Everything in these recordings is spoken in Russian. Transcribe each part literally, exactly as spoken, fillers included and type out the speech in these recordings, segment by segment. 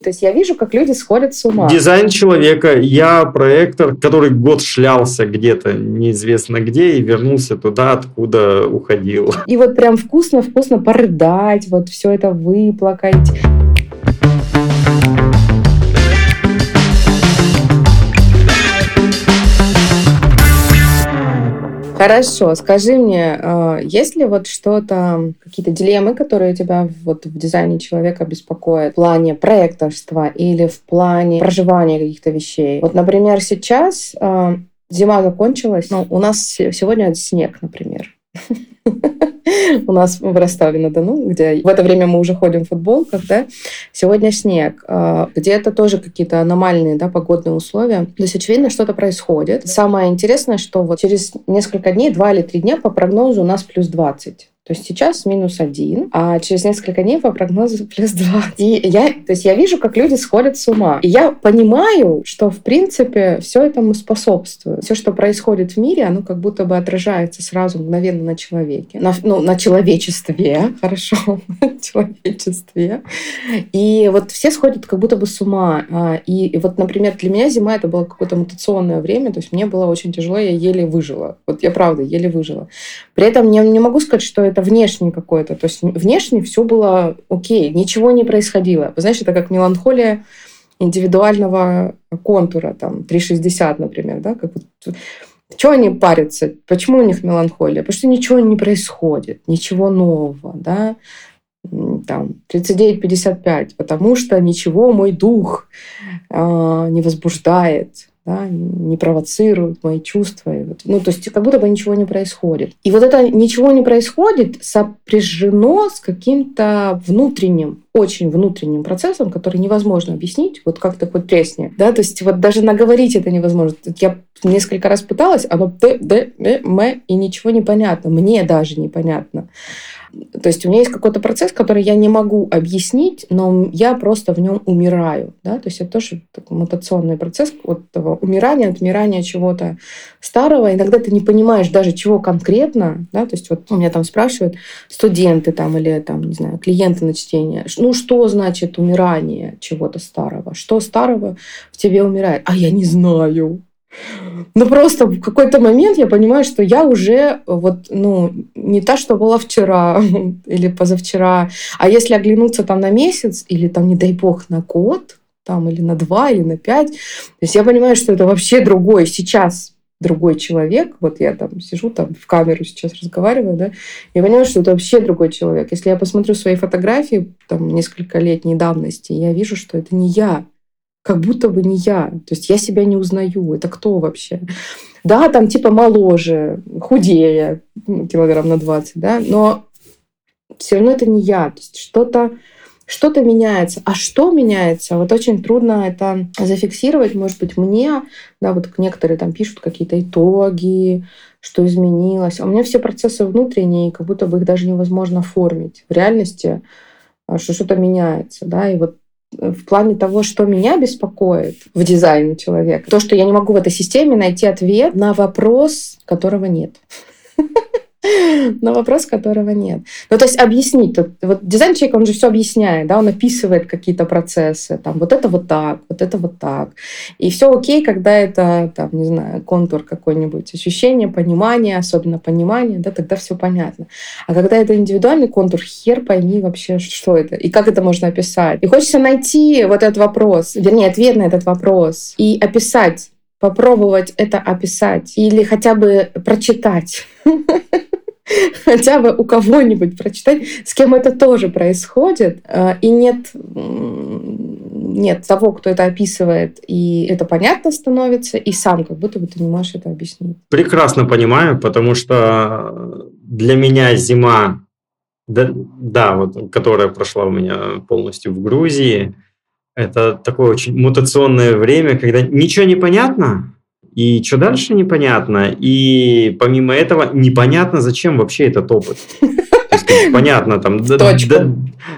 То есть я вижу, как люди сходят с ума. Дизайн человека. Я проектор, который год шлялся где-то неизвестно где и вернулся туда, откуда уходил. И вот прям вкусно-вкусно порыдать, вот все это выплакать. Хорошо, скажи мне, есть ли вот что-то, какие-то дилеммы, которые тебя вот в дизайне человека беспокоят в плане проекторства или в плане проживания каких-то вещей? Вот, например, сейчас зима закончилась, но у нас сегодня снег, например. У нас в Ростове-на-Дону, где в это время мы уже ходим в футболках, да, сегодня снег, где-то тоже какие-то аномальные, да, погодные условия. То есть, очевидно, что-то происходит. Самое интересное, что вот через несколько дней, два или три дня по прогнозу у нас плюс двадцать. То есть сейчас минус один, а через несколько дней по прогнозу плюс двадцать. И я, то есть я вижу, как люди сходят с ума. И я понимаю, что, в принципе, все этому способствует. Все, что происходит в мире, оно как будто бы отражается сразу мгновенно на человеке. На, ну, на человечестве. Хорошо. Человечестве. И вот все сходят как будто бы с ума. И, и вот, например, для меня зима — это было какое-то мутационное время. То есть мне было очень тяжело, я еле выжила. Вот я правда еле выжила. При этом я не могу сказать, что это внешне какое-то. То есть внешне все было окей, ничего не происходило. Вы знаете, это как меланхолия индивидуального контура, там, триста шестьдесят, например, да, как вот. Чего они парятся? Почему у них меланхолия? Потому что ничего не происходит, ничего нового, да, там, тридцать девять пятьдесят пять, потому что ничего мой дух э, не возбуждает, да, не провоцирует мои чувства. Ну, то есть как будто бы ничего не происходит. И вот это ничего не происходит сопряжено с каким-то внутренним, очень внутренним процессом, который невозможно объяснить, вот как-то хоть тресни. Да? То есть вот даже наговорить это невозможно. Я несколько раз пыталась, оно т, д, м, и ничего не понятно. Мне даже непонятно. То есть у меня есть какой-то процесс, который я не могу объяснить, но я просто в нем умираю. Да? То есть это тоже такой мутационный процесс вот того умирания, отмирания чего-то старого. Иногда ты не понимаешь даже, чего конкретно. Да? То есть вот у меня там спрашивают студенты там, или там, не знаю, клиенты на чтение, ну что значит умирание чего-то старого? Что старого в тебе умирает? А я не знаю. Ну, просто в какой-то момент я понимаю, что я уже вот, ну, не та, что была вчера или позавчера. А если оглянуться там на месяц или там, не дай бог, на год, там, или на два, или на пять, то есть я понимаю, что это вообще другой сейчас другой человек. Вот я там сижу там в камеру сейчас разговариваю, да, я понимаю, что это вообще другой человек. Если я посмотрю свои фотографии там несколько летней давности, я вижу, что это не я. Как будто бы не я. То есть я себя не узнаю. Это кто вообще? Да, там типа моложе, худее, килограмм на двадцать, да, но все равно это не я. То есть что-то, что-то меняется. А что меняется? Вот очень трудно это зафиксировать. Может быть, мне, да, вот некоторые там пишут какие-то итоги, что изменилось. А у меня все процессы внутренние, как будто бы их даже невозможно оформить в реальности, что что-то меняется, да, и вот в плане того, что меня беспокоит в дизайне человека, то, что я не могу в этой системе найти ответ на вопрос, которого нет. На вопрос, которого нет. Ну, то есть объяснить. Вот дизайн человека, он же все объясняет, да, он описывает какие-то процессы. Там, вот это вот так, вот это вот так. И все окей, когда это, там, не знаю, контур какой-нибудь, ощущение, понимание, особенно понимание, да, тогда все понятно. А когда это индивидуальный контур, хер пойми вообще, что это, и как это можно описать. И хочется найти вот этот вопрос, вернее, ответ на этот вопрос, и описать, попробовать это описать, или хотя бы прочитать. Хотя бы у кого-нибудь прочитать, с кем это тоже происходит, и нет, нет того, кто это описывает, и это понятно становится, и сам как будто бы ты не можешь это объяснить. Прекрасно понимаю, потому что для меня зима, да, да, вот, которая прошла у меня полностью в Грузии, это такое очень мутационное время, когда ничего не понятно, и что дальше непонятно, и помимо этого непонятно, зачем вообще этот опыт. То есть, понятно, там... Да, да,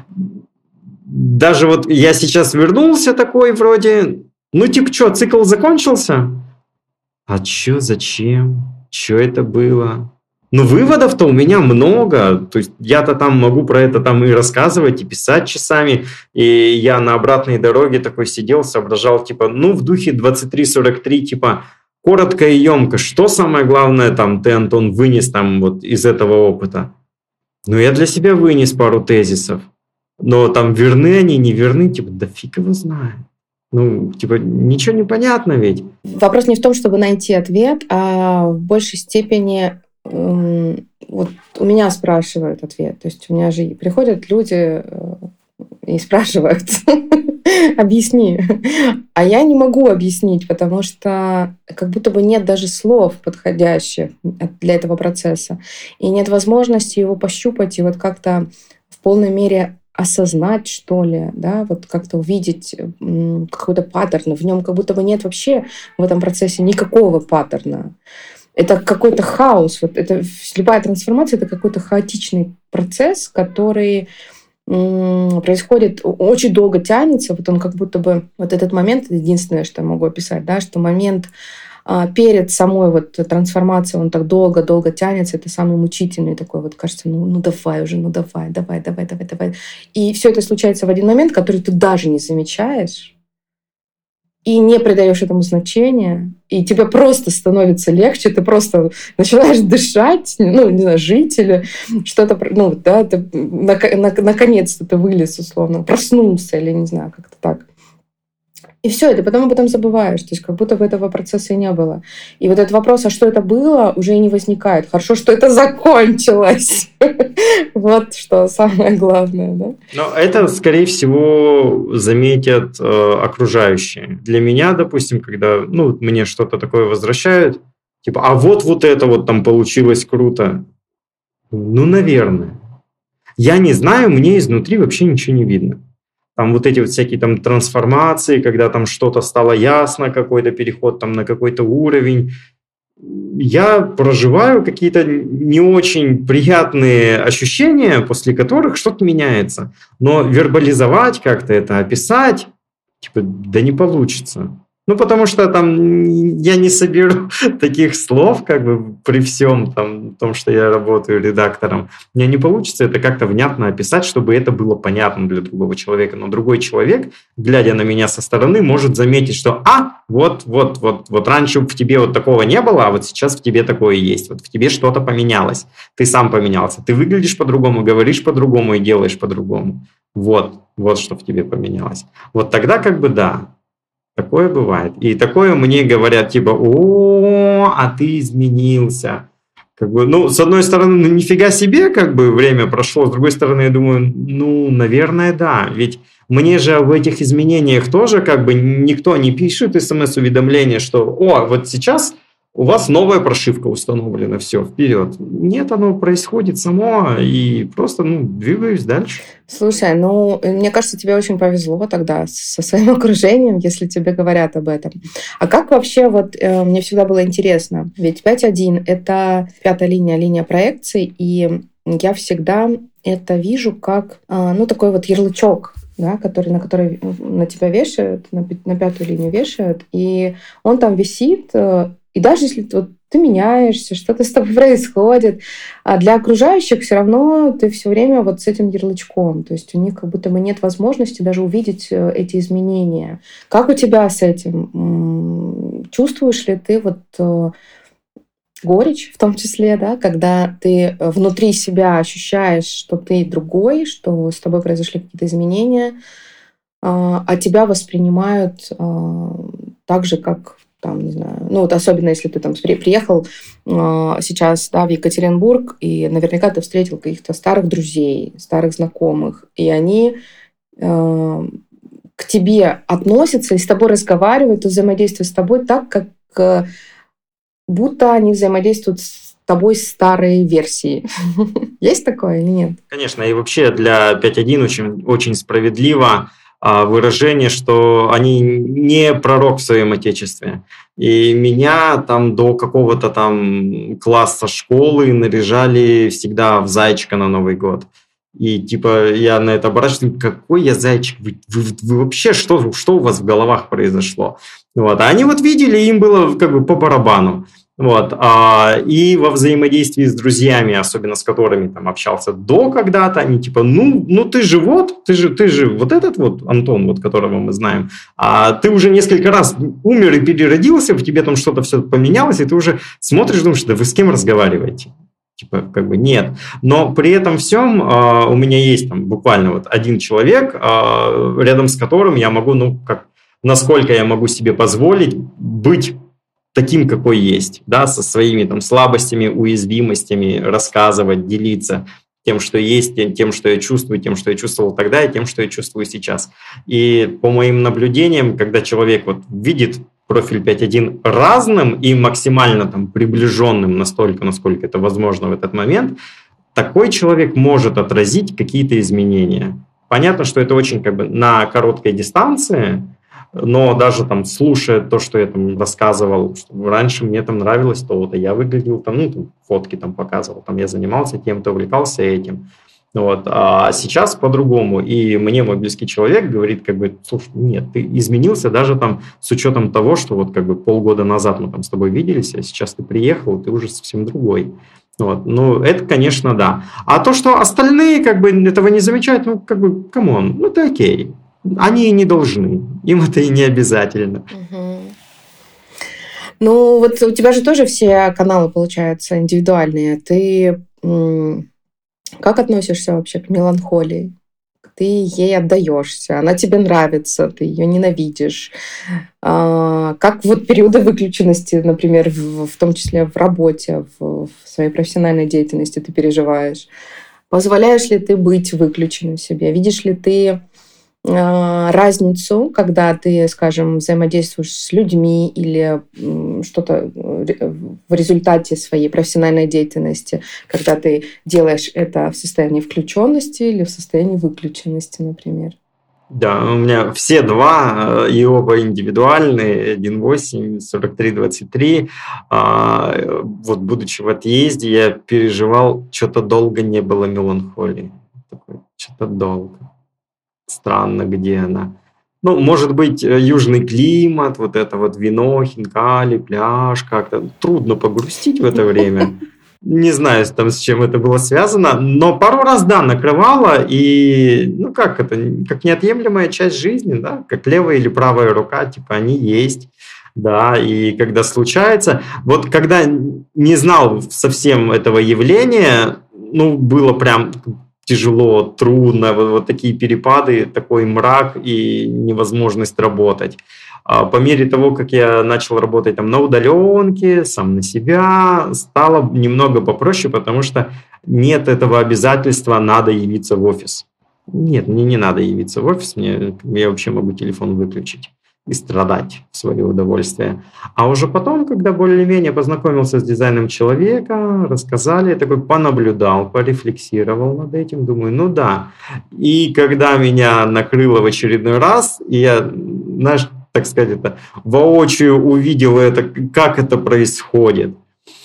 даже вот я сейчас вернулся такой вроде, ну типа что, цикл закончился? А что, зачем? Что это было? Но выводов-то у меня много. То есть я-то там могу про это там и рассказывать, и писать часами. И я на обратной дороге такой сидел, соображал, типа, ну, в духе двадцать три сорок три, типа, коротко и емко. Что самое главное там ты, Антон, вынес там вот из этого опыта? Ну, я для себя вынес пару тезисов. Но там верны они, не верны, типа, да фиг его знает. Ну, типа, ничего не понятно ведь. Вопрос не в том, чтобы найти ответ, а в большей степени эм, вот у меня спрашивают ответ. То есть у меня же приходят люди э, и спрашивают, объясни. А я не могу объяснить, потому что как будто бы нет даже слов подходящих для этого процесса. И нет возможности его пощупать и вот как-то в полной мере осознать, что ли, да, вот как-то увидеть м, какой-то паттерн. В нем как будто бы нет вообще в этом процессе никакого паттерна. Это какой-то хаос. Вот это, любая трансформация — это какой-то хаотичный процесс, который м, происходит, очень долго тянется. Вот он как будто бы... Вот этот момент — это единственное, что я могу описать, да, что момент а, перед самой вот трансформацией, он так долго-долго тянется, это самый мучительный такой, вот кажется, ну, ну давай уже, ну давай, давай, давай, давай, давай. И все это случается в один момент, который ты даже не замечаешь и не придаешь этому значения, и тебе просто становится легче, ты просто начинаешь дышать, ну, не знаю, жить или что-то, ну, да, ты, наконец-то ты вылез, условно, проснулся или, не знаю, как-то так. И все, и ты потом об этом забываешь. То есть как будто бы этого процесса и не было. И вот этот вопрос, а что это было, уже и не возникает. Хорошо, что это закончилось. Вот что самое главное. Да? Но это, скорее всего, заметят э, окружающие. Для меня, допустим, когда ну, мне что-то такое возвращают, типа, а вот вот это вот там получилось круто. Ну, наверное. Я не знаю, мне изнутри вообще ничего не видно. Там вот эти вот всякие там трансформации, когда там что-то стало ясно, какой-то переход там на какой-то уровень. Я проживаю какие-то не очень приятные ощущения, после которых что-то меняется. Но вербализовать как-то это, описать, типа, да не получится. Ну, потому что там я не соберу таких слов, как бы при всем там, том, что я работаю редактором. У меня не получится это как-то внятно описать, чтобы это было понятно для другого человека. Но другой человек, глядя на меня со стороны, может заметить, что а, вот, вот, вот, вот раньше в тебе вот такого не было, а вот сейчас в тебе такое есть. Вот в тебе что-то поменялось. Ты сам поменялся. Ты выглядишь по-другому, говоришь по-другому и делаешь по-другому. Вот, вот что в тебе поменялось. Вот тогда как бы да. Такое бывает. И такое мне говорят, типа, о, а ты изменился. Как бы, ну, с одной стороны, ну, нифига себе, как бы время прошло. С другой стороны, я думаю, ну, наверное, да. Ведь мне же в этих изменениях тоже как бы никто не пишет смс-уведомление, что, о, вот сейчас у вас новая прошивка установлена, все, вперед. Нет, оно происходит само, и просто, ну, двигаюсь дальше. Слушай, ну, мне кажется, тебе очень повезло тогда со своим окружением, если тебе говорят об этом. А как вообще, вот, э, мне всегда было интересно, ведь пять один — это пятая линия, линия проекций, и я всегда это вижу как, э, ну, такой вот ярлычок, да, который, на который на тебя вешают, на, на пятую линию вешают, и он там висит. И даже если вот, ты меняешься, что-то с тобой происходит, а для окружающих все равно ты все время вот с этим ярлычком. То есть у них как будто бы нет возможности даже увидеть эти изменения. Как у тебя с этим? Чувствуешь ли ты вот горечь в том числе, да, когда ты внутри себя ощущаешь, что ты другой, что с тобой произошли какие-то изменения, а тебя воспринимают так же, как там, не знаю, ну вот особенно если ты там приехал э, сейчас, да, в Екатеринбург, и наверняка ты встретил каких-то старых друзей, старых знакомых, и они э, к тебе относятся и с тобой разговаривают, и взаимодействуют с тобой так, как э, будто они взаимодействуют с тобой старой версии. Есть такое или нет? Конечно, и вообще для пять один очень, очень справедливо выражение, что они не пророк в своем отечестве. И меня там до какого-то там класса школы наряжали всегда в зайчика на Новый год. И типа я на это оборачиваюсь, какой я зайчик? Вы, вы, вы вообще, что, что у вас в головах произошло? Вот. А они вот видели, им было как бы по барабану. Вот, а, и во взаимодействии с друзьями, особенно с которыми там общался до когда-то, они типа, ну, ну ты же вот, ты же, ты же вот этот вот Антон, вот которого мы знаем, а ты уже несколько раз умер и переродился, в тебе там что-то все поменялось, и ты уже смотришь, думаешь, да вы с кем разговариваете? Типа, как бы нет. Но при этом всем э, у меня есть там буквально вот один человек, э, рядом с которым я могу, ну, как, насколько я могу себе позволить быть таким, какой есть, да, со своими там слабостями, уязвимостями, рассказывать, делиться тем, что есть, тем, что я чувствую, тем, что я чувствовал тогда, и тем, что я чувствую сейчас. И по моим наблюдениям, когда человек вот видит профиль пять один разным и максимально там приближенным настолько, насколько это возможно в этот момент, такой человек может отразить какие-то изменения. Понятно, что это очень как бы на короткой дистанции, но даже там слушая то, что я там рассказывал, что раньше мне там нравилось то-то, я выглядел там, ну, там, фотки там показывал, там я занимался тем-то, увлекался этим. Вот. А сейчас по-другому. И мне мой близкий человек говорит, как бы, слушай, нет, ты изменился даже там с учетом того, что вот как бы полгода назад мы там с тобой виделись, а сейчас ты приехал, ты уже совсем другой. Вот. Ну, это, конечно, да. А то, что остальные как бы этого не замечают, ну, как бы, камон, ну, это окей. Они и не должны. Им это и не обязательно. Угу. Ну, вот у тебя же тоже все каналы, получаются, индивидуальные. Ты м- как относишься вообще к меланхолии? Ты ей отдаешься, она тебе нравится, ты ее ненавидишь. А, как вот периоды выключенности, например, в, в том числе в работе, в, в своей профессиональной деятельности ты переживаешь? Позволяешь ли ты быть выключенным себе? Видишь ли ты разницу, когда ты, скажем, взаимодействуешь с людьми или что-то в результате своей профессиональной деятельности, когда ты делаешь это в состоянии включенности или в состоянии выключенности, например? Да, у меня все два, и оба индивидуальные, один восемь, сорок три, двадцать три. Вот будучи в отъезде, я переживал, что-то долго не было меланхолии. Что-то долго. Странно, где она. Ну, может быть, южный климат, вот это вот вино, хинкали, пляж, как-то трудно погрустить в это время. Не знаю, там, с чем это было связано, но пару раз, да, накрывало, и, ну, как это, как неотъемлемая часть жизни, да, как левая или правая рука, типа, они есть, да, и когда случается, вот когда не знал совсем этого явления, ну, было прям тяжело, трудно, вот, вот такие перепады, такой мрак и невозможность работать. А по мере того, как я начал работать там на удаленке, сам на себя, стало немного попроще, потому что нет этого обязательства, надо явиться в офис. Нет, мне не надо явиться в офис, мне, я вообще могу телефон выключить и страдать в свое удовольствие. А уже потом, когда более-менее познакомился с дизайном человека, рассказали, я такой понаблюдал, порефлексировал над этим, думаю, ну да. И когда меня накрыло в очередной раз, и я, знаешь, так сказать, это воочию увидел это, как это происходит.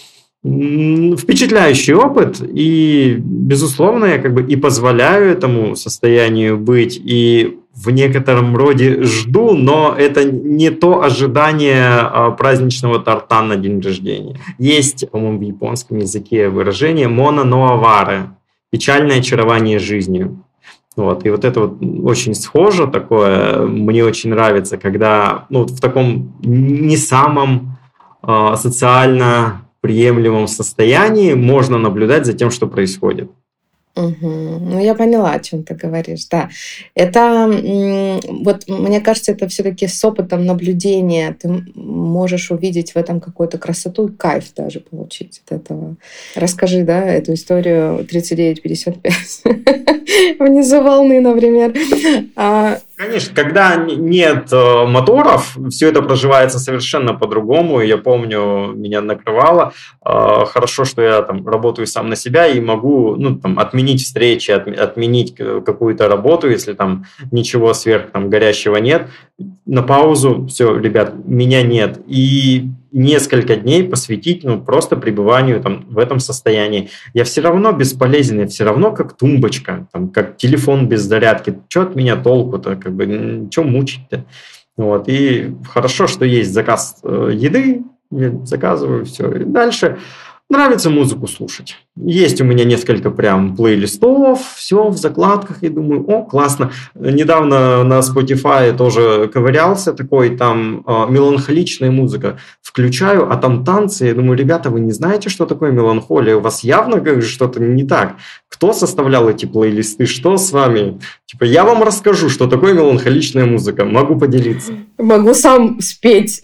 Впечатляющий опыт, и, безусловно, я как бы и позволяю этому состоянию быть, и в некотором роде жду, но это не то ожидание праздничного торта на день рождения. Есть, по-моему, в японском языке выражение «мона но аваре» – печальное очарование жизнью. Вот, и вот это вот очень схоже такое, мне очень нравится, когда ну, в таком не самом э, социально приемлемом состоянии можно наблюдать за тем, что происходит. Угу. Ну, я поняла, о чем ты говоришь, да. Это, вот, мне кажется, это все-таки с опытом наблюдения ты можешь увидеть в этом какую-то красоту и кайф даже получить от этого. Расскажи, да, эту историю тридцать девять пятьдесят пять. Внизу волны, например. Конечно, когда нет моторов, все это проживается совершенно по-другому. Я помню, меня накрывало. Хорошо, что я там работаю сам на себя и могу ну, там, отменить встречи, отменить какую-то работу, если там ничего сверх там, горящего нет. На паузу, все, ребят, меня нет. И несколько дней посвятить ну, просто пребыванию там, в этом состоянии. Я все равно бесполезен, я все равно как тумбочка, там, как телефон без зарядки. Что от меня толку-то? Как бы, что мучить-то? Вот. И хорошо, что есть заказ еды, Я заказываю все. И дальше нравится музыку слушать. Есть у меня несколько прям плейлистов, все в закладках, и думаю, о, классно. Недавно на Spotify тоже ковырялся, такой там э, меланхоличная музыка. Включаю, а там танцы. Я думаю, ребята, вы не знаете, что такое меланхолия? У вас явно как же что-то не так. Кто составлял эти плейлисты? Что с вами? Типа, я вам расскажу, что такое меланхоличная музыка. Могу поделиться. Могу сам спеть.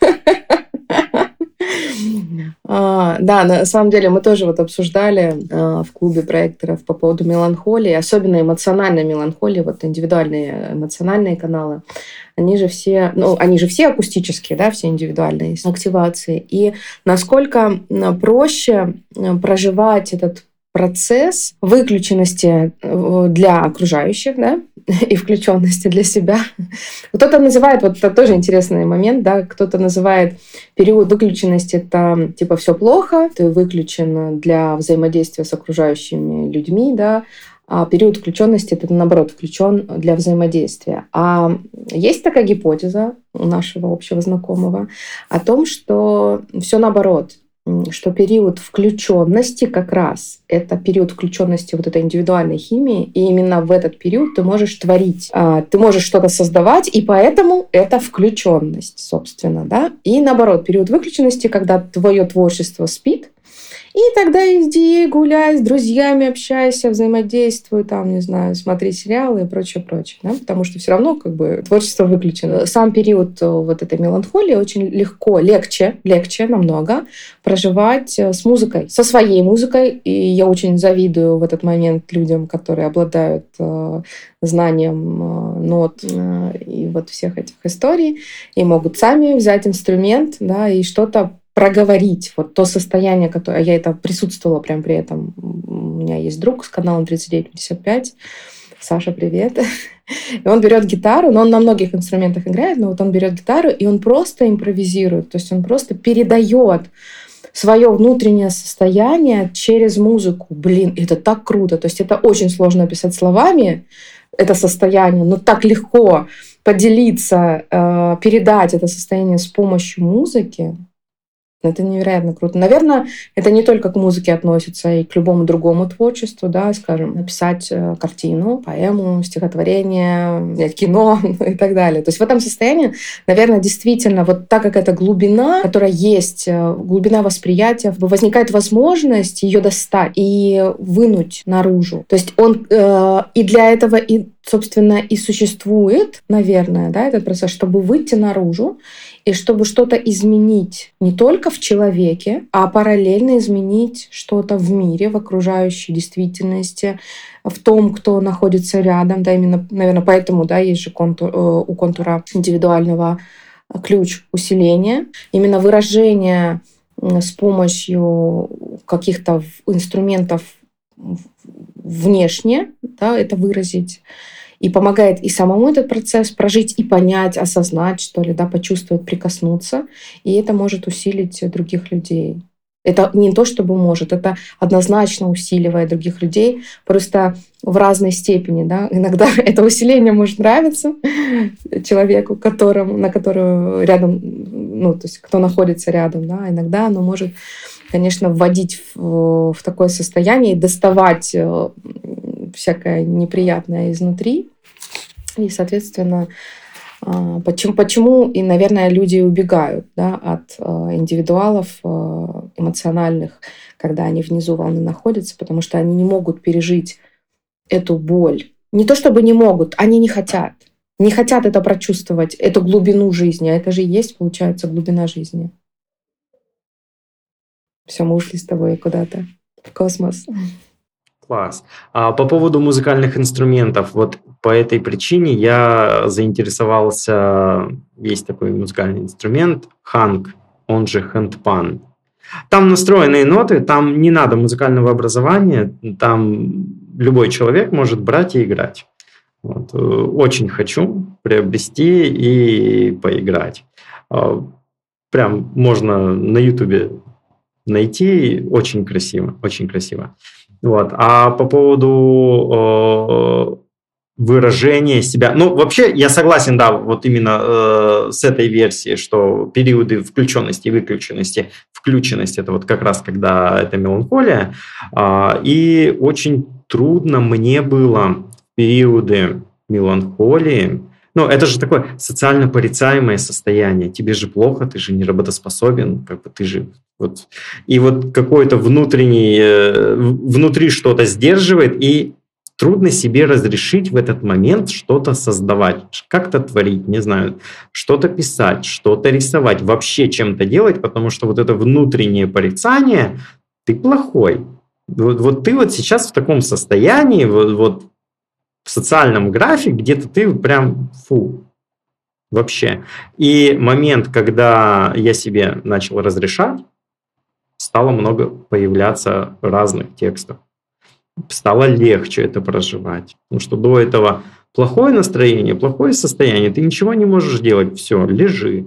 А, да, на самом деле мы тоже вот обсуждали а, в клубе проекторов по поводу меланхолии, особенно эмоциональной меланхолии, вот индивидуальные эмоциональные каналы, они же все, ну, они же все акустические, да, все индивидуальные активации. И насколько проще проживать этот процесс выключенности для окружающих, да, и включенности для себя. Кто-то называет, вот это тоже интересный момент, да, кто-то называет период выключенности, это типа все плохо, ты выключен для взаимодействия с окружающими людьми, да, а период включенности это наоборот включен для взаимодействия. А есть такая гипотеза у нашего общего знакомого о том, что все наоборот, что период включенности как раз это период включенности вот этой индивидуальной химии, и именно в этот период ты можешь творить, ты можешь что-то создавать, и поэтому это включенность, собственно, да. И наоборот, период выключенности, когда твое творчество спит, и тогда иди гуляй с друзьями, общайся, взаимодействуй, там, не знаю, смотри сериалы и прочее, прочее. Да? Потому что все равно как бы творчество выключено. Сам период вот этой меланхолии очень легко, легче, легче намного проживать с музыкой, со своей музыкой. И я очень завидую в этот момент людям, которые обладают знанием нот и вот всех этих историй, и могут сами взять инструмент, да, и что-то проговорить. Вот то состояние, которое... Я это присутствовала прям при этом. У меня есть друг с каналом тридцать девять пятьдесят пять. Саша, привет. И он берет гитару, но он на многих инструментах играет, но вот он берет гитару, и он просто импровизирует. То есть он просто передает свое внутреннее состояние через музыку. Блин, это так круто. То есть это очень сложно описать словами, это состояние, но так легко поделиться, передать это состояние с помощью музыки. Это невероятно круто. Наверное, это не только к музыке относится, и к любому другому творчеству, да, скажем, написать картину, поэму, стихотворение, снять кино и так далее. То есть в этом состоянии, наверное, действительно, вот так как это глубина, которая есть, глубина восприятия, возникает возможность ее достать и вынуть наружу. То есть он э, и для этого и, собственно, и существует, наверное, да, этот процесс, чтобы выйти наружу и чтобы что-то изменить не только в человеке, а параллельно изменить что-то в мире, в окружающей действительности, в том, кто находится рядом. Да, именно, наверное, поэтому, да, есть же контур, у контура индивидуального ключ усиления. Именно выражение с помощью каких-то инструментов внешне, да, это выразить. И помогает и самому этот процесс прожить, и понять, осознать, что ли, да, почувствовать, прикоснуться. И это может усилить других людей. Это не то, чтобы может, это однозначно усиливает других людей, просто в разной степени. Да. Иногда это усиление может нравиться человеку, которому, на которого рядом, ну, то есть кто находится рядом. Да. Иногда оно может, конечно, вводить в, в такое состояние и доставать всякое неприятное изнутри. И, соответственно, почему, почему и, наверное, люди убегают, да, от индивидуалов эмоциональных, когда они внизу волны находятся, потому что они не могут пережить эту боль. Не то чтобы не могут, они не хотят. Не хотят это прочувствовать, эту глубину жизни. А это же и есть, получается, глубина жизни. Все, мы ушли с тобой куда-то в космос. Класс. А по поводу музыкальных инструментов, вот по этой причине я заинтересовался, есть такой музыкальный инструмент, ханг, он же хэндпан. Там настроенные ноты, там не надо музыкального образования, там любой человек может брать и играть. Вот. Очень хочу приобрести и поиграть. Прям можно на Ютубе найти, очень красиво, очень красиво. Вот. А по поводу выражение себя. Ну, вообще, я согласен, да, вот именно э, с этой версией, что периоды включенности и выключенности, включенность это вот как раз когда это меланхолия, а, и очень трудно мне было в периоды меланхолии. Ну, это же такое социально порицаемое состояние. Тебе же плохо, ты же не работоспособен, как бы ты же вот. И вот какой-то внутренний, э, внутри что-то сдерживает, и трудно себе разрешить в этот момент что-то создавать, как-то творить, не знаю, что-то писать, что-то рисовать, вообще чем-то делать, потому что вот это внутреннее порицание, ты плохой. Вот, вот ты вот сейчас в таком состоянии, вот, вот в социальном графе, где-то ты прям фу, вообще. И момент, когда я себе начал разрешать, стало много появляться разных текстов. Стало легче это проживать. Потому что до этого плохое настроение, плохое состояние, ты ничего не можешь делать. Все, лежи.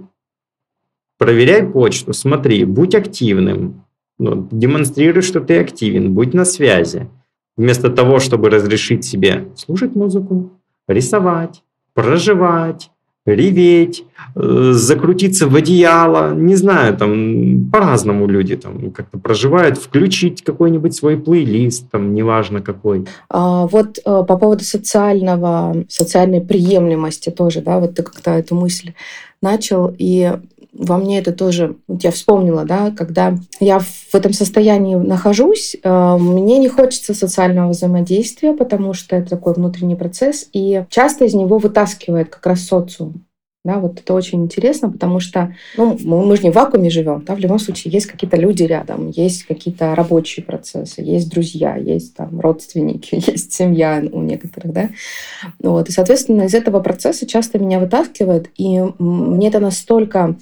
Проверяй почту, смотри, будь активным. Ну, демонстрируй, что ты активен, будь на связи. Вместо того, чтобы разрешить себе слушать музыку, рисовать, проживать, реветь, э, закрутиться в одеяло, не знаю, там по-разному люди там как-то проживают, включить какой-нибудь свой плейлист, там неважно какой. А, вот а, по поводу социального, социальной приемлемости тоже, да, вот ты как-то эту мысль начал, и во мне это тоже, вот я вспомнила, да, когда я в этом состоянии нахожусь, э, мне не хочется социального взаимодействия, потому что это такой внутренний процесс, и часто из него вытаскивает как раз социум. Да, вот это очень интересно, потому что ну, мы же не в вакууме живем, да, в любом случае есть какие-то люди рядом, есть какие-то рабочие процессы, есть друзья, есть там родственники, есть семья у некоторых, да. Вот. И, соответственно, из этого процесса часто меня вытаскивает, и мне это настолько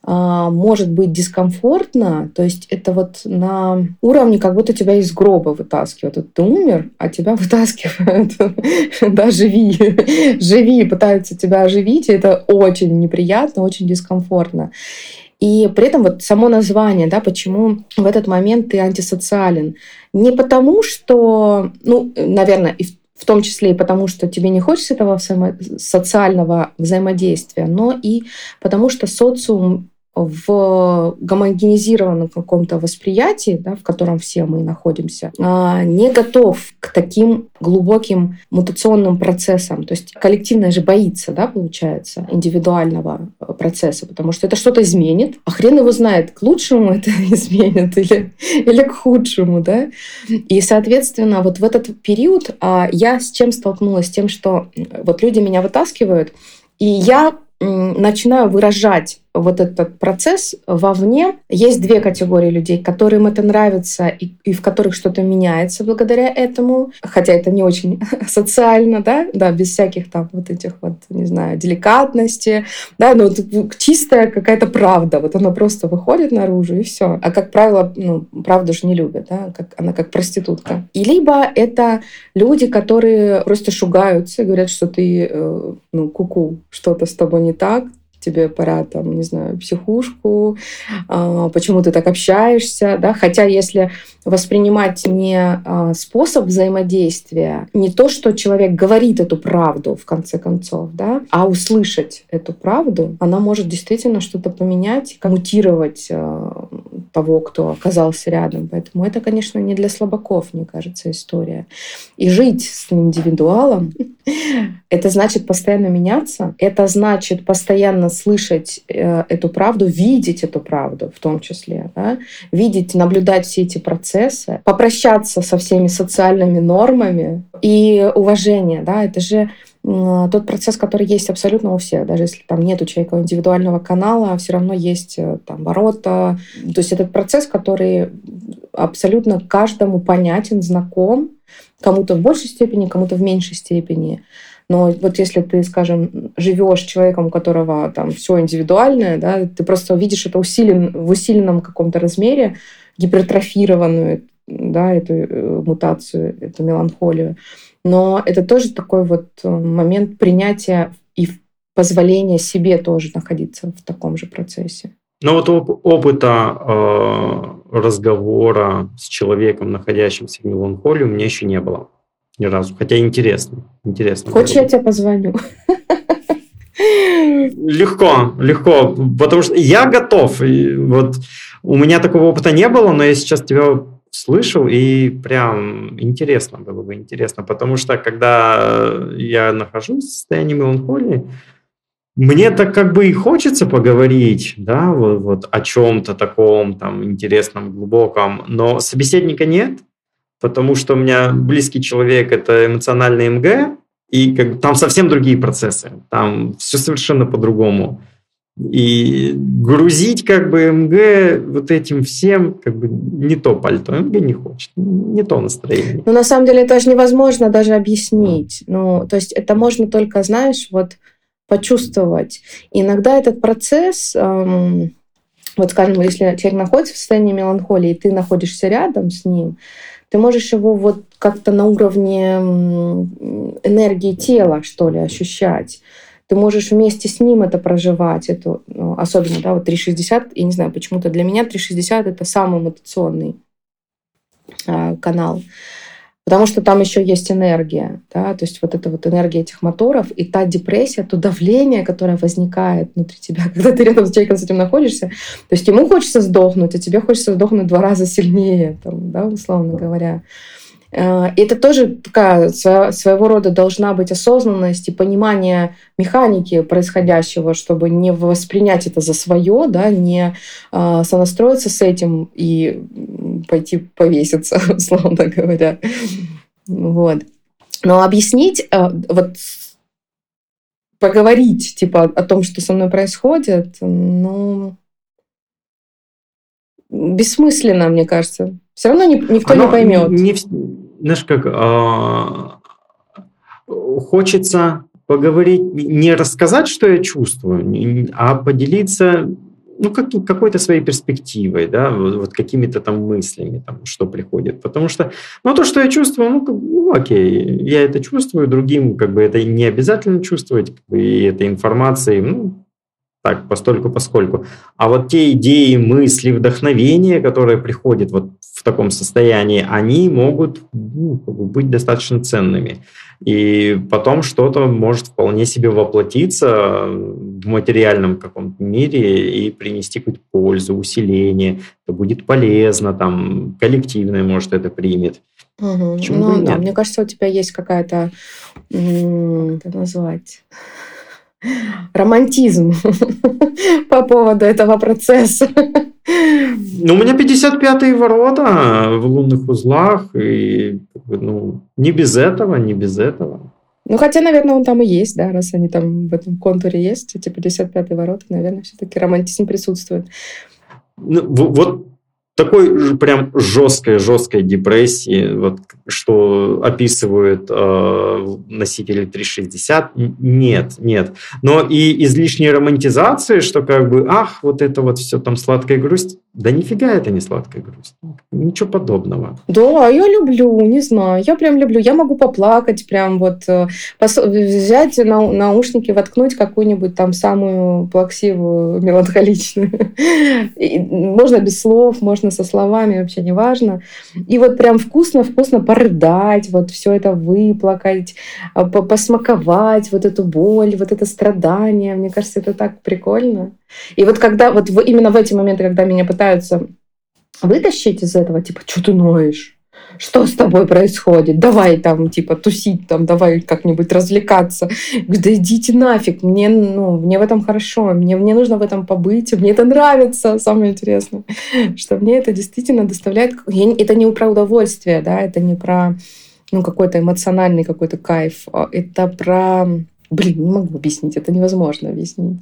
может быть дискомфортно, то есть это вот на уровне, как будто тебя из гроба вытаскивают. Вот ты умер, а тебя вытаскивают. Да, живи, живи, пытаются тебя оживить, и это очень неприятно, очень дискомфортно. И при этом вот само название, да, почему в этот момент ты антисоциален. Не потому, что, ну, наверное, и в в том числе и потому, что тебе не хочется этого социального взаимодействия, но и потому, что социум в гомогенизированном каком-то восприятии, да, в котором все мы находимся, не готов к таким глубоким мутационным процессам. То есть коллективное же боится, да, получается, индивидуального процесса, потому что это что-то изменит, а хрен его знает, к лучшему это изменит или, или к худшему. Да? И, соответственно, вот в этот период я с чем столкнулась? С тем, что вот люди меня вытаскивают, и я начинаю выражать вот этот процесс вовне. Есть две категории людей, которым это нравится и, и в которых что-то меняется благодаря этому, хотя это не очень социально, да, да, без всяких там вот этих вот, не знаю, деликатности, да, но вот чистая какая-то правда, вот она просто выходит наружу и все. А как правило, ну, правду же не любят, да, как, она как проститутка. И либо это люди, которые просто шугаются и говорят, что ты, э, ну, ку-ку, что-то с тобой не так, тебе пора, там, не знаю, психушку, а, почему ты так общаешься, да, хотя если воспринимать не а, способ взаимодействия, не то, что человек говорит эту правду, в конце концов, да, а услышать эту правду, она может действительно что-то поменять, мутировать а, того, кто оказался рядом. Поэтому это, конечно, не для слабаков, мне кажется, история. И жить с индивидуалом — это значит постоянно меняться, это значит постоянно слышать э, эту правду, видеть эту правду в том числе, да? Видеть, наблюдать все эти процессы, попрощаться со всеми социальными нормами и уважение. Да? Это же э, тот процесс, который есть абсолютно у всех. Даже если там нет у человека индивидуального канала, все равно есть э, там ворота. То есть этот процесс, который абсолютно каждому понятен, знаком, кому-то в большей степени, кому-то в меньшей степени. Но вот если ты, скажем, живешь человеком, у которого там все индивидуальное, да, ты просто видишь это усилен, в усиленном каком-то размере, гипертрофированную, да, эту э, мутацию, эту меланхолию. Но это тоже такой вот момент принятия и позволения себе тоже находиться в таком же процессе. Ну вот оп- опыта э, разговора с человеком, находящимся в меланхолии, у меня еще не было. ни разу. Хотя интересно. Интересно. Хочешь, я тебе позвоню? Легко, легко. Потому что я готов. И вот у меня такого опыта не было, но я сейчас тебя слышал, и прям интересно было бы, интересно. Потому что когда я нахожусь в состоянии меланхолии, мне так как бы и хочется поговорить, да, вот, вот о чем-то таком там интересном, глубоком, но собеседника нет, потому что у меня близкий человек – это эмоциональный эм гэ, и как, там совсем другие процессы, там все совершенно по-другому. И грузить как бы эм гэ вот этим всем как бы не то пальто, эм гэ не хочет, не то настроение. Ну, на самом деле, это же невозможно даже объяснить. Ну, то есть это можно только, знаешь, вот почувствовать. И иногда этот процесс, эм, вот скажем, если человек находится в состоянии меланхолии, и ты находишься рядом с ним, ты можешь его вот как-то на уровне энергии тела, что ли, ощущать. Ты можешь вместе с ним это проживать, эту, ну, особенно, да, вот триста шестьдесят, я не знаю, почему-то для меня триста шестьдесят это самый мотивационный э, канал. Потому что там еще есть энергия, да, то есть вот эта вот энергия этих моторов и та депрессия, то давление, которое возникает внутри тебя, когда ты рядом с человеком с этим находишься, то есть ему хочется сдохнуть, а тебе хочется сдохнуть в два раза сильнее, там, да, условно говоря. И это тоже такая своего рода должна быть осознанность и понимание механики происходящего, чтобы не воспринять это за свое, да, не сонастроиться с этим и пойти повеситься, условно говоря. Вот. Но объяснить, вот поговорить типа о том, что со мной происходит, ну, бессмысленно, мне кажется. Все равно никто Оно не поймет. Не, знаешь, как а, хочется поговорить, не рассказать, что я чувствую, а поделиться, ну, как, какой-то своей перспективой, да, вот, вот какими-то там мыслями, там, что приходит. Потому что, ну, то, что я чувствую, ну, как, ну, окей, я это чувствую, другим как бы это не обязательно чувствовать, как бы, и этой информацией, ну, так, постольку, поскольку. А вот те идеи, мысли, вдохновения, которые приходят вот в таком состоянии, они могут, ну, быть достаточно ценными. И потом что-то может вполне себе воплотиться в материальном каком-то мире и принести какую-то пользу, усиление. Это будет полезно, там, коллективное, может, это примет. Угу. Ну, да, мне кажется, у тебя есть какая-то, как назвать... романтизм по поводу этого процесса. Ну, у меня пятьдесят пятые ворота в лунных узлах, и ну, не без этого, не без этого. Ну, хотя, наверное, он там и есть, да, раз они там в этом контуре есть, эти пятьдесят пятые ворота, наверное, все-таки романтизм присутствует. Ну, вот такой прям жесткой-жесткой депрессии, вот, что описывают э, носители триста шестьдесят, нет, нет. Но и излишней романтизации, что как бы, ах, вот это вот все там сладкая грусть, да нифига это не сладкая грусть, ничего подобного. Да, я люблю, не знаю, я прям люблю, я могу поплакать, прям вот пос- взять на, наушники, воткнуть какую-нибудь там самую плаксивую, меланхоличную. И можно без слов, можно со словами, вообще не важно. И вот прям вкусно-вкусно порыдать, вот все это выплакать, посмаковать вот эту боль, вот это страдание. Мне кажется, это так прикольно. И вот когда, вот в, именно в эти моменты, когда меня пытаются вытащить из этого, типа, что ты ноешь? Что с тобой происходит? Давай там, типа, тусить, там, давай как-нибудь развлекаться. Да идите нафиг, мне, ну, мне в этом хорошо, мне, мне нужно в этом побыть, мне это нравится, самое интересное, что мне это действительно доставляет... Это не про удовольствие, да, это не про, ну, какой-то эмоциональный какой-то кайф, это про... Блин, не могу объяснить, это невозможно объяснить.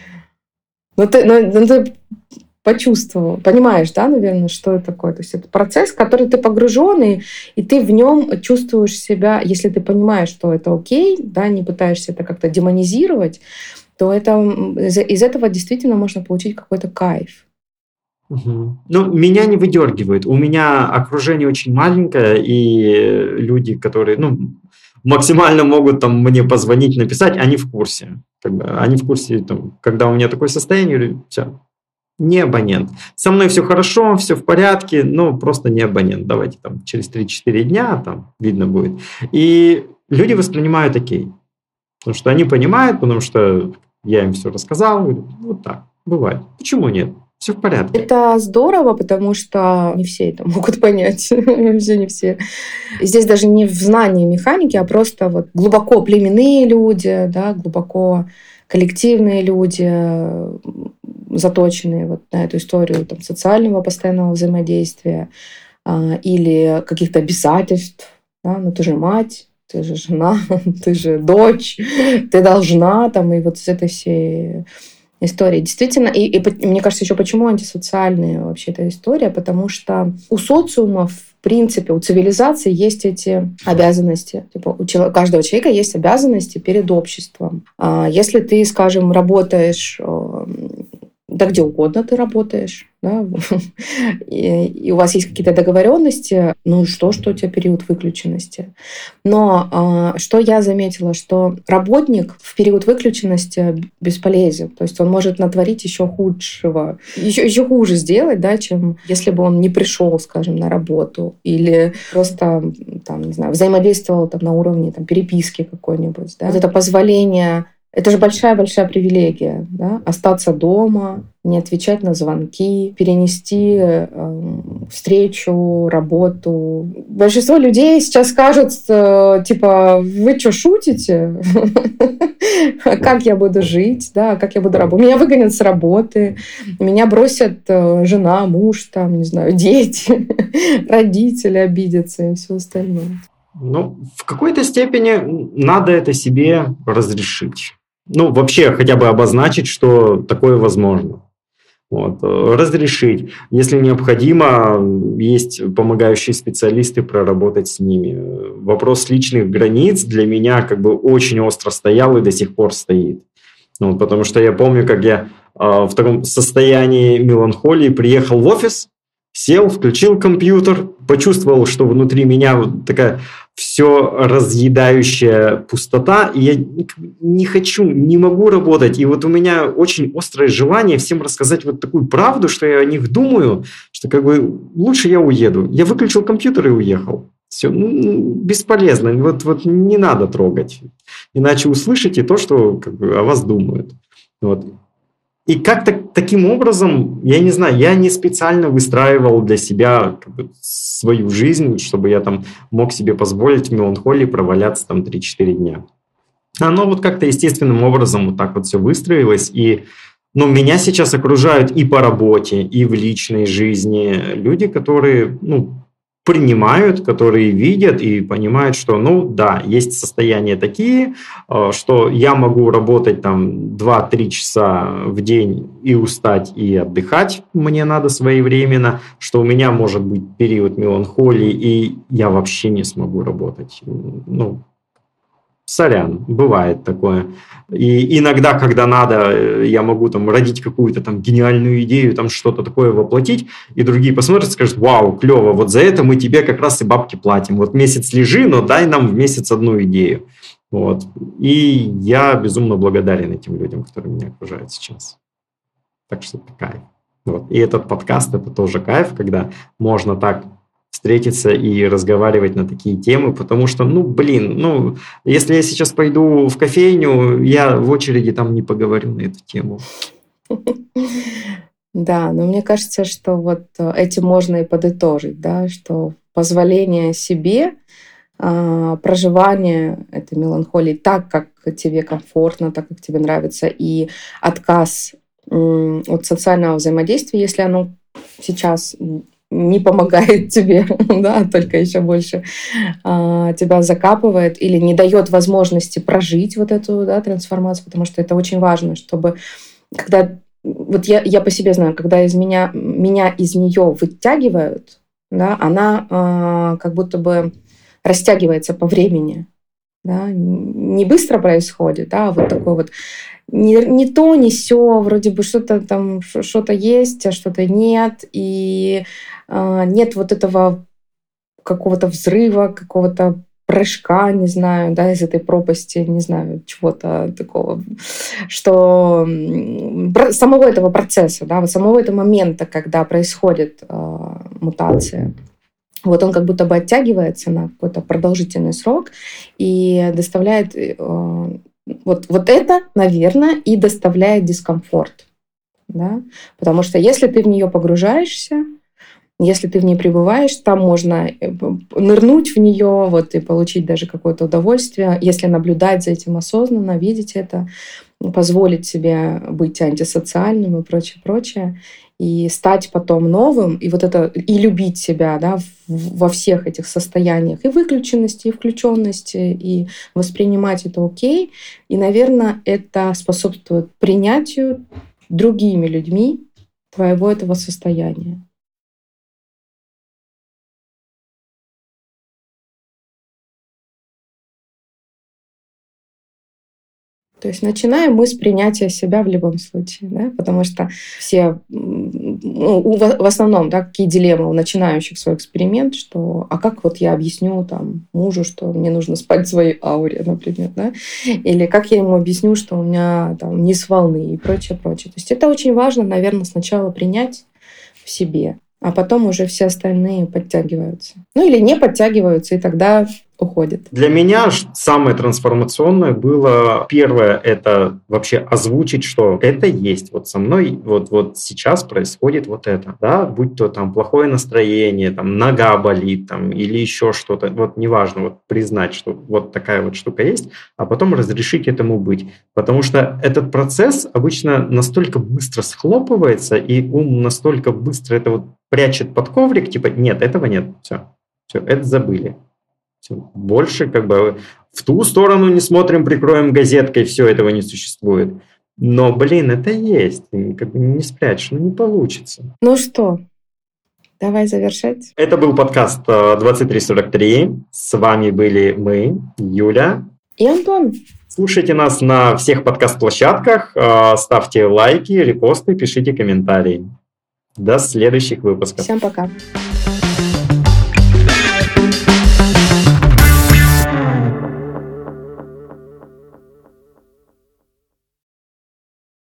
Но ты, но, но ты почувствовал, понимаешь, да, наверное, что это такое? То есть это процесс, в который ты погружен, и, и ты в нем чувствуешь себя, если ты понимаешь, что это окей, да, не пытаешься это как-то демонизировать, то это, из, из этого действительно можно получить какой-то кайф. Угу. Ну, меня не выдергивает. У меня окружение очень маленькое, и люди, которые, ну, максимально могут там мне позвонить, написать, они в курсе. Как бы, они в курсе, там, когда у меня такое состояние, все. Не абонент. Со мной все хорошо, все в порядке, но просто не абонент. Давайте там через три-четыре дня там видно будет. И люди воспринимают окей. Потому что они понимают, потому что я им все рассказал. Говорю, вот так, бывает. Почему нет? Все в порядке. Это здорово, потому что не все это могут понять. Вообще не все. И здесь даже не в знании механики, а просто вот глубоко племенные люди, да, глубоко коллективные люди, заточенные вот на эту историю там, социального постоянного взаимодействия а, или каких-то обязательств. Да? Ну, ты же мать, ты же жена, ты же дочь, ты должна, там, и вот с этой всей истории. Действительно, и, и мне кажется, еще почему антисоциальная вообще эта история, потому что у социумов, в принципе, у цивилизации есть эти обязанности. Типа, у каждого человека есть обязанности перед обществом. Если ты, скажем, работаешь, да где угодно ты работаешь, да, и, и у вас есть какие-то договоренности, ну и что, что у тебя период выключенности. Но а, что я заметила, что работник в период выключенности бесполезен. То есть он может натворить еще худшего, еще, еще хуже сделать, да, чем если бы он не пришел, скажем, на работу или просто там, не знаю, взаимодействовал там, на уровне там, переписки какой-нибудь. Да. Вот это позволение. Это же большая-большая привилегия, да? Остаться дома, не отвечать на звонки, перенести э, встречу, работу. Большинство людей сейчас скажут, э, типа, вы что, шутите? Как я буду жить, да? Как я буду работать? Меня выгонят с работы, меня бросят э, жена, муж, там, не знаю, дети, родители обидятся и все остальное. Ну, в какой-то степени надо это себе разрешить. Ну, вообще, хотя бы обозначить, что такое возможно. Вот. Разрешить. Если необходимо, есть помогающие специалисты, проработать с ними. Вопрос личных границ для меня как бы очень остро стоял и до сих пор стоит. Ну, потому что я помню, как я э, в таком состоянии меланхолии приехал в офис, сел, включил компьютер, почувствовал, что внутри меня вот такая все разъедающая пустота, и я не хочу, не могу работать. И вот у меня очень острое желание всем рассказать вот такую правду, что я о них думаю, что как бы лучше я уеду. Я выключил компьютер и уехал. Все, ну, бесполезно, вот, вот не надо трогать. Иначе услышите то, что как бы, о вас думают. Вот. И как-то таким образом, я не знаю, я не специально выстраивал для себя как бы, свою жизнь, чтобы я там мог себе позволить в меланхолии проваляться там три-четыре дня. Оно вот как-то естественным образом вот так вот все выстроилось. И ну, меня сейчас окружают и по работе, и в личной жизни люди, которые ну, принимают, которые видят и понимают, что, ну да, есть состояния такие, что я могу работать там два-три часа в день и устать, и отдыхать мне надо своевременно, что у меня может быть период меланхолии, и я вообще не смогу работать. Ну, сорян, бывает такое. И иногда, когда надо, я могу там родить какую-то там гениальную идею, там что-то такое воплотить, и другие посмотрят и скажут, вау, клево, вот за это мы тебе как раз и бабки платим. Вот месяц лежи, но дай нам в месяц одну идею. Вот. И я безумно благодарен этим людям, которые меня окружают сейчас. Так что это кайф. Вот. И этот подкаст, это тоже кайф, когда можно так встретиться и разговаривать на такие темы, потому что, ну, блин, ну, если я сейчас пойду в кофейню, я в очереди там не поговорю на эту тему. Да, но мне кажется, что вот этим можно и подытожить, да, что позволение себе, проживание этой меланхолии так, как тебе комфортно, так, как тебе нравится, и отказ от социального взаимодействия, если оно сейчас не помогает тебе, да, только еще больше а, тебя закапывает или не дает возможности прожить вот эту да, трансформацию, потому что это очень важно, чтобы когда вот я, я по себе знаю, когда из меня меня из нее вытягивают, да, она а, как будто бы растягивается по времени, да, не быстро происходит, да, а вот такой вот Не, не то, не сё, вроде бы что-то там, что-то есть, а что-то нет, и э, нет вот этого какого-то взрыва, какого-то прыжка, не знаю, да, из этой пропасти, не знаю, чего-то такого, что самого этого процесса, да, вот самого этого момента, когда происходит э, мутация, вот он как будто бы оттягивается на какой-то продолжительный срок и доставляет э, вот, вот это, наверное, и доставляет дискомфорт, да, потому что если ты в нее погружаешься, если ты в ней пребываешь, там можно нырнуть в нее вот, и получить даже какое-то удовольствие. Если наблюдать за этим осознанно, видеть это, позволить себе быть антисоциальным и прочее, прочее, и стать потом новым, и вот это и любить себя, да, во всех этих состояниях, и выключенности, и включенности, и воспринимать это окей. И, наверное, это способствует принятию другими людьми твоего этого состояния. То есть начинаем мы с принятия себя в любом случае, да? Потому что все, ну, в основном, да, какие дилеммы у начинающих свой эксперимент, что а как вот я объясню там, мужу, что мне нужно спать в своей ауре, например, да? Или как я ему объясню, что у меня там низ волны и прочее, прочее. То есть это очень важно, наверное, сначала принять в себе, а потом уже все остальные подтягиваются. Ну или не подтягиваются, и тогда уходит. Для меня самое трансформационное было первое, это вообще озвучить, что это есть. Вот со мной вот, вот сейчас происходит вот это, да, будь то там плохое настроение, там нога болит, там, или еще что-то, вот неважно, вот признать, что вот такая вот штука есть, а потом разрешить этому быть. Потому что этот процесс обычно настолько быстро схлопывается, и ум настолько быстро это вот прячет под коврик, типа нет, этого нет, все, все, это забыли. Больше как бы в ту сторону не смотрим, прикроем газеткой, все, этого не существует. Но, блин, это есть. И как бы не спрячешь, ну не получится. Ну что, давай завершать. Это был подкаст двадцать три сорок три. С вами были мы, Юля и Антон. Слушайте нас на всех подкаст-площадках, ставьте лайки, репосты, пишите комментарии. До следующих выпусков. Всем пока.